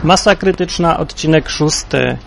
Masa krytyczna, odcinek 6.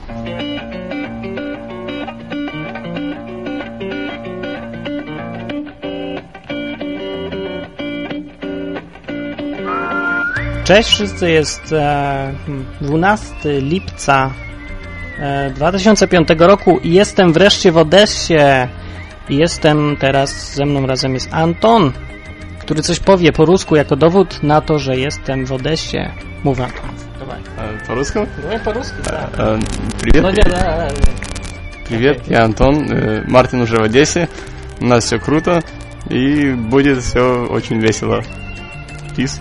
Cześć wszyscy, jest 12 lipca 2005 roku i jestem wreszcie w Odessie. Jestem teraz, ze mną razem jest Anton, który coś powie po rusku jako dowód na to, że jestem w Odessie. Mów, Anton. Давай. По-русски? Давай по-русски, да. Привет. Ну, да. Привет, я Антон. Мартин уже в Одессе. У нас все круто. И будет все очень весело. Peace.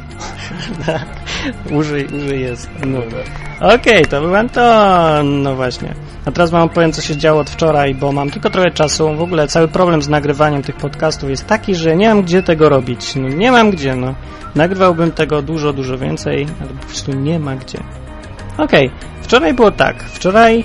Użyj jest. No. Okej, to był Anton. No właśnie. A teraz wam opowiem, co się działo od wczoraj, bo mam tylko trochę czasu. W ogóle cały problem z nagrywaniem tych podcastów jest taki, że nie mam gdzie tego robić. No nie mam gdzie, no. Nagrywałbym tego dużo więcej, ale po prostu nie ma gdzie. Okej, wczoraj było tak. Wczoraj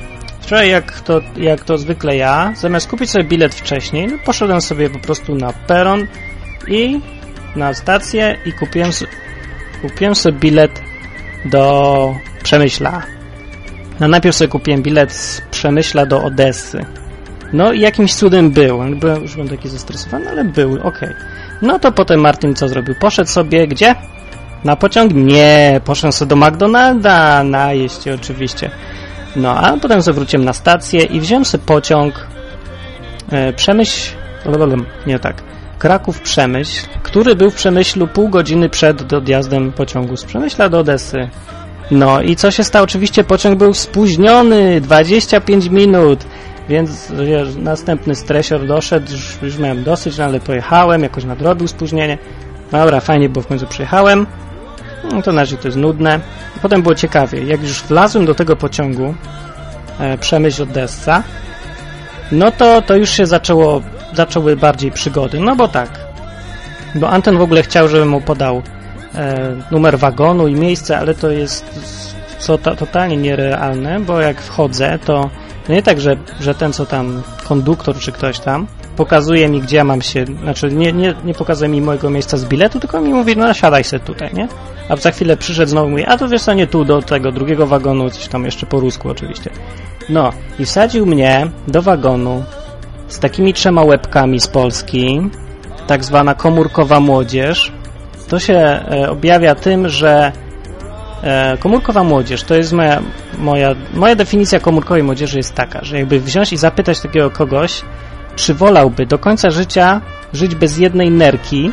jak to zwykle ja, zamiast kupić sobie bilet wcześniej, no poszedłem sobie po prostu na peron i na stację i kupiłem sobie bilet do Przemyśla. No najpierw sobie kupiłem bilet z Przemyśla do Odessy. No i jakimś cudem był. Już byłem taki zestresowany, ale był, okej. No to potem Martin co zrobił? Poszedł sobie gdzie? Na pociąg? Nie, poszedłem sobie do McDonalda najeść się oczywiście. No, a potem sobie wróciłem na stację i wziąłem sobie pociąg Kraków-Przemyśl, który był w Przemyślu pół godziny przed odjazdem pociągu z Przemyśla do Odessy. No i co się stało? Oczywiście pociąg był spóźniony, 25 minut, więc następny stresior doszedł, już miałem dosyć, no ale pojechałem, jakoś nadrobił spóźnienie. Dobra, fajnie, bo w końcu przyjechałem. No to na razie to jest nudne. Potem było ciekawie, jak już wlazłem do tego pociągu Przemyśl-Odessa, no to już się zaczęły bardziej przygody, no bo tak, bo Anton w ogóle chciał, żebym mu podał numer wagonu i miejsce, ale to jest totalnie nierealne, bo jak wchodzę, to nie tak, że ten co tam, konduktor czy ktoś tam pokazuje mi, gdzie ja mam się, znaczy nie pokazuje mi mojego miejsca z biletu, tylko mi mówi, no siadaj se tutaj, nie? A za chwilę przyszedł znowu i mówi, a to wiesz co, nie tu, do tego drugiego wagonu, coś tam jeszcze po rusku oczywiście. No i wsadził mnie do wagonu z takimi 3 łebkami z Polski, tak zwana komórkowa młodzież. To się objawia tym, że komórkowa młodzież to jest moja definicja komórkowej młodzieży jest taka, że jakby wziąć i zapytać takiego kogoś, czy wolałby do końca życia żyć bez jednej nerki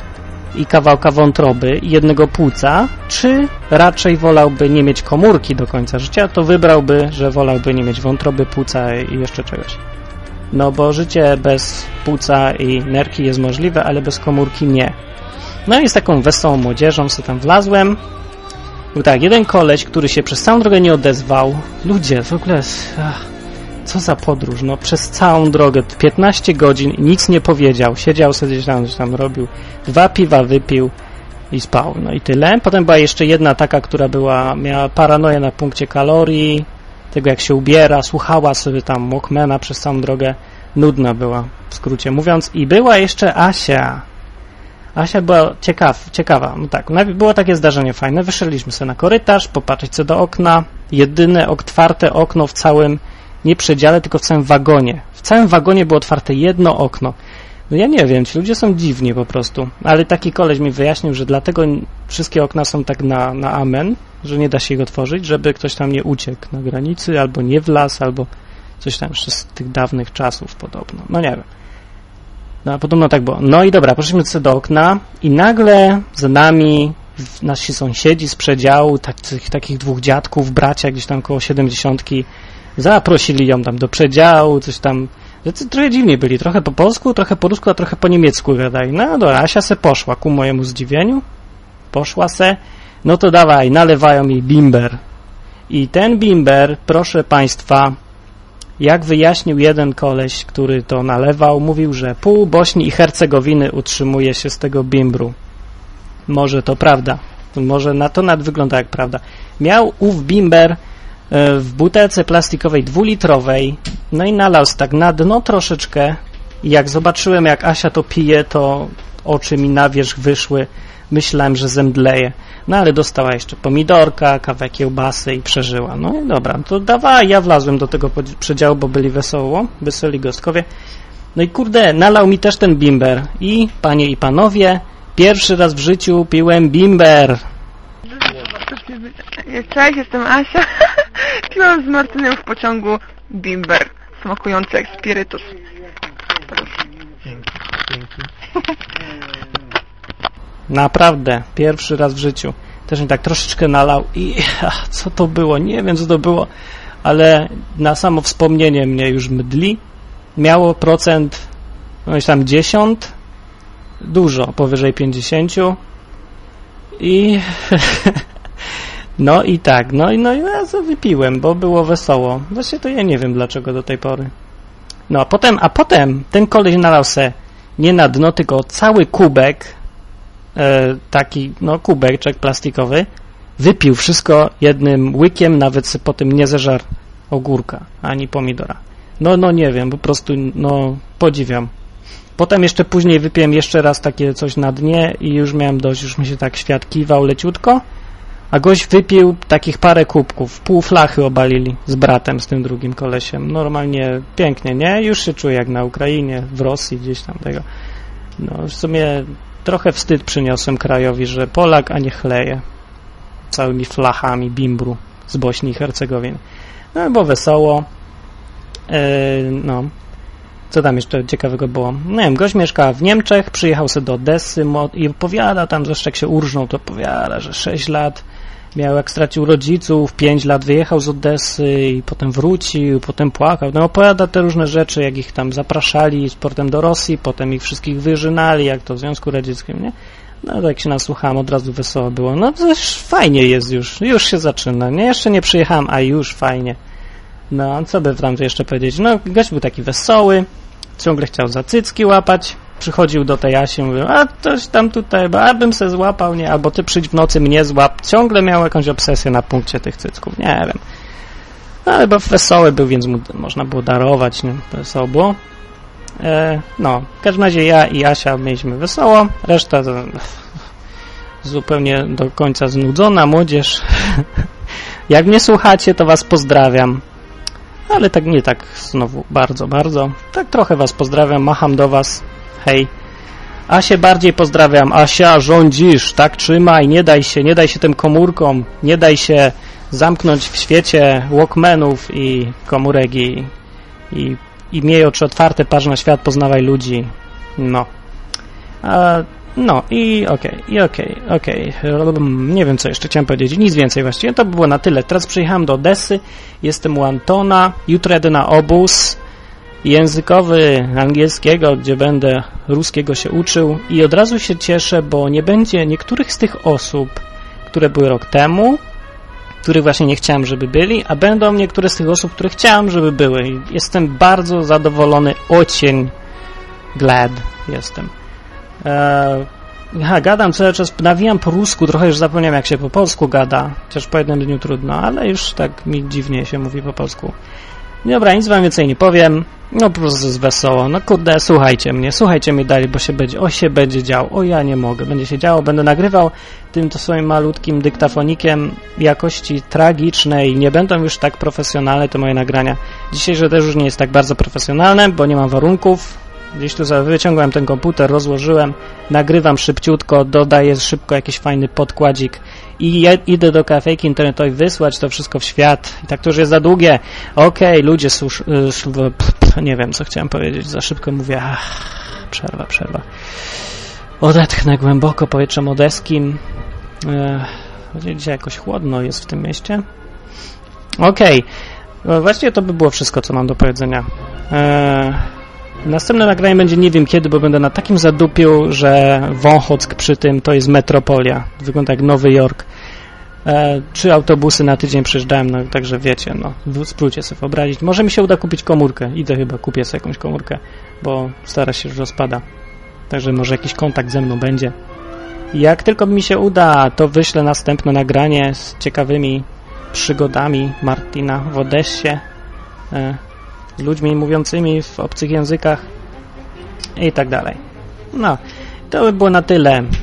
i kawałka wątroby i jednego płuca, czy raczej wolałby nie mieć komórki do końca życia, to wybrałby, że wolałby nie mieć wątroby, płuca i jeszcze czegoś. No bo życie bez płuca i nerki jest możliwe, ale bez komórki nie. No i z taką wesołą młodzieżą sobie tam wlazłem. Był tak, jeden koleś, który się przez całą drogę nie odezwał. Ludzie, w ogóle, co za podróż, no przez całą drogę, 15 godzin i nic nie powiedział. Siedział sobie gdzieś tam, coś tam robił. 2 piwa wypił i spał. No i tyle. Potem była jeszcze jedna taka, która miała paranoję na punkcie kalorii, tego jak się ubiera, słuchała sobie tam Walkmana przez całą drogę. Nudna była, w skrócie mówiąc. I była jeszcze Asia. Asia była ciekawa. No tak, było takie zdarzenie fajne. Wyszedliśmy sobie na korytarz, popatrzeć co do okna. Jedyne otwarte okno w całym, nie przedziale, tylko w całym wagonie. W całym wagonie było otwarte jedno okno. No ja nie wiem, ci ludzie są dziwni po prostu. Ale taki koleś mi wyjaśnił, że dlatego wszystkie okna są tak na amen, że nie da się ich otworzyć, żeby ktoś tam nie uciekł na granicy, albo nie wlazł, albo coś tam jeszcze z tych dawnych czasów podobno. No nie wiem. No, podobno tak było. No i dobra, poszliśmy sobie do okna i nagle za nami nasi sąsiedzi z przedziału, takich 2 dziadków, bracia gdzieś tam koło 70, zaprosili ją tam do przedziału, coś tam. Trochę dziwnie byli, trochę po polsku, trochę po rusku, a trochę po niemiecku gadali. No dobra, Asia se poszła, ku mojemu zdziwieniu. Poszła se, no to dawaj, nalewają jej bimber. I ten bimber, proszę Państwa, jak wyjaśnił jeden koleś, który to nalewał, mówił, że pół Bośni i Hercegowiny utrzymuje się z tego bimbru. Może to prawda. Może na to nawet wygląda jak prawda. Miał ów bimber w butelce plastikowej 2-litrowej, no i nalał tak na dno troszeczkę i jak zobaczyłem, jak Asia to pije, to oczy mi na wierzch wyszły, myślałem, że zemdleje. No ale dostała jeszcze pomidorka, kawałek kiełbasy i przeżyła. No i dobra, to dawaj, ja wlazłem do tego przedziału, bo byli weseli gostkowie. No i kurde, nalał mi też ten bimber. I panie i panowie, pierwszy raz w życiu piłem bimber. Cześć, jestem Asia. Piłam z Martynem w pociągu bimber, smakujący jak spirytus. Dzięki. Naprawdę, pierwszy raz w życiu. Też mi tak troszeczkę nalał i co to było? Nie wiem, co to było, ale na samo wspomnienie mnie już mdli. Miało procent, no już tam 10, dużo, powyżej 50 i no i tak, no i ja to wypiłem, bo było wesoło. Właśnie to ja nie wiem dlaczego do tej pory. No a potem ten koleś nalał se nie na dno, tylko cały kubek, taki, no kubeczek plastikowy, wypił wszystko jednym łykiem, nawet se potem nie zeżarł ogórka, ani pomidora. No nie wiem, po prostu, no podziwiam. Potem jeszcze później wypiłem jeszcze raz takie coś na dnie i już miałem dość, już mi się tak świat kiwał leciutko, a gość wypił takich parę kubków, pół flachy obalili z bratem, z tym drugim kolesiem. Normalnie pięknie, nie? Już się czuję jak na Ukrainie, w Rosji, gdzieś tam tego. No w sumie trochę wstyd przyniosłem krajowi, że Polak, a nie chleje całymi flachami bimbru z Bośni i Hercegowiny. No bo wesoło. No. Co tam jeszcze ciekawego było? Nie wiem, gość mieszka w Niemczech, przyjechał sobie do Odessy i opowiada tam, zresztą jak się urżnął, to opowiada, że 6 lat miał, jak stracił rodziców, 5 lat wyjechał z Odessy i potem wrócił, potem płakał. No opowiada te różne rzeczy, jak ich tam zapraszali z portem do Rosji, potem ich wszystkich wyżynali, jak to w Związku Radzieckim, nie? No tak się nasłuchałem, od razu wesoło było. No to już fajnie jest już się zaczyna, nie? Jeszcze nie przyjechałem, a już fajnie. No, co by tam jeszcze powiedzieć? No, gość był taki wesoły, ciągle chciał za cycki łapać, przychodził do tej Asi, mówił, a coś tam tutaj, a bym se złapał, nie, albo ty przyjdź w nocy, mnie złap. Ciągle miał jakąś obsesję na punkcie tych cycków, nie wiem. No, ale bo wesoły był, więc mu można było darować, nie, wesoło było. No, w każdym razie ja i Asia mieliśmy wesoło, reszta to zupełnie do końca znudzona młodzież. Jak mnie słuchacie, to was pozdrawiam. Ale tak nie tak znowu bardzo, tak trochę was pozdrawiam, macham do was, hej. Asię bardziej pozdrawiam, Asia, rządzisz, tak trzymaj, nie daj się tym komórkom, nie daj się zamknąć w świecie walkmanów i komórek i miej oczy otwarte, patrz na świat, poznawaj ludzi, no. No i okej. Nie wiem, co jeszcze chciałem powiedzieć. Nic więcej właściwie. To by było na tyle. Teraz przyjechałem do Odessy. Jestem u Antona. Jutro jadę na obóz językowy angielskiego, gdzie będę ruskiego się uczył. I od razu się cieszę, bo nie będzie niektórych z tych osób, które były rok temu, których właśnie nie chciałem, żeby byli, a będą niektóre z tych osób, które chciałem, żeby były. I jestem bardzo zadowolony. Ocień glad jestem. Gadam cały czas, nawijam po rusku, trochę już zapomniałem, jak się po polsku gada, chociaż po jednym dniu trudno, ale już tak mi dziwnie się mówi po polsku. Dobra, nic wam więcej nie powiem, no po prostu jest wesoło, no kurde, słuchajcie mnie dalej, bo się będzie działo, ja nie mogę, będzie się działo, będę nagrywał tym to swoim malutkim dyktafonikiem jakości tragicznej, nie będą już tak profesjonalne te moje nagrania. Dzisiejsze też już nie jest tak bardzo profesjonalne, bo nie mam warunków. Gdzieś tu sobie wyciągłem ten komputer, rozłożyłem, nagrywam szybciutko, dodaję szybko jakiś fajny podkładzik i idę do kafejki internetowej wysłać to wszystko w świat. I tak to już jest za długie. Okej, ludzie, nie wiem, co chciałem powiedzieć, za szybko mówię. Przerwa. Odetchnę głęboko powietrzem odeskim. Dzisiaj jakoś chłodno jest w tym mieście. Okej, właściwie to by było wszystko, co mam do powiedzenia. Następne nagranie będzie nie wiem kiedy, bo będę na takim zadupiu, że Wąchock przy tym to jest metropolia. Wygląda jak Nowy Jork. 3 autobusy na tydzień przejeżdżałem, no także wiecie, no spróbujcie sobie wyobrazić. Może mi się uda kupić komórkę. Idę chyba, kupię sobie jakąś komórkę, bo stara się już rozpada. Także może jakiś kontakt ze mną będzie. Jak tylko mi się uda, to wyślę następne nagranie z ciekawymi przygodami Martina w Odessie. Ludźmi mówiącymi w obcych językach i tak dalej. No, to by było na tyle.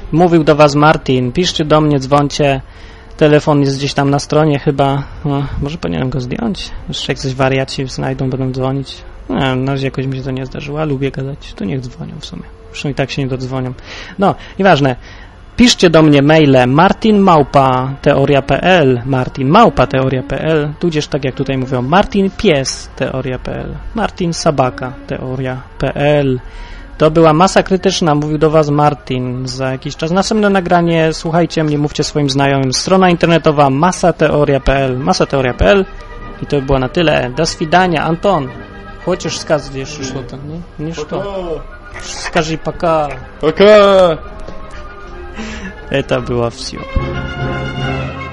Mówił do was Martin, piszcie do mnie, dzwońcie. Telefon jest gdzieś tam na stronie chyba. No, może powinienem go zdjąć. Jeszcze jak coś wariaci znajdą, będą dzwonić. Nie, na razie jakoś mi się to nie zdarzyło, a lubię gadać. To niech dzwonią w sumie. Zresztą i tak się nie dodzwonią. No, nieważne. Piszcie do mnie maile martin@teoria.pl, martin@teoria.pl, tudzież tak jak tutaj mówią, martinpies.teoria.pl, martinsabaka.teoria.pl. To była Masa Krytyczna, mówił do was Martin. Za jakiś czas następne nagranie, słuchajcie mnie, mówcie swoim znajomym. Strona internetowa masateoria.pl i to by było na tyle. Do свидания, Anton. Хочешь сказать еще что-то? Не что? Скажи пока. Пока! Это было все.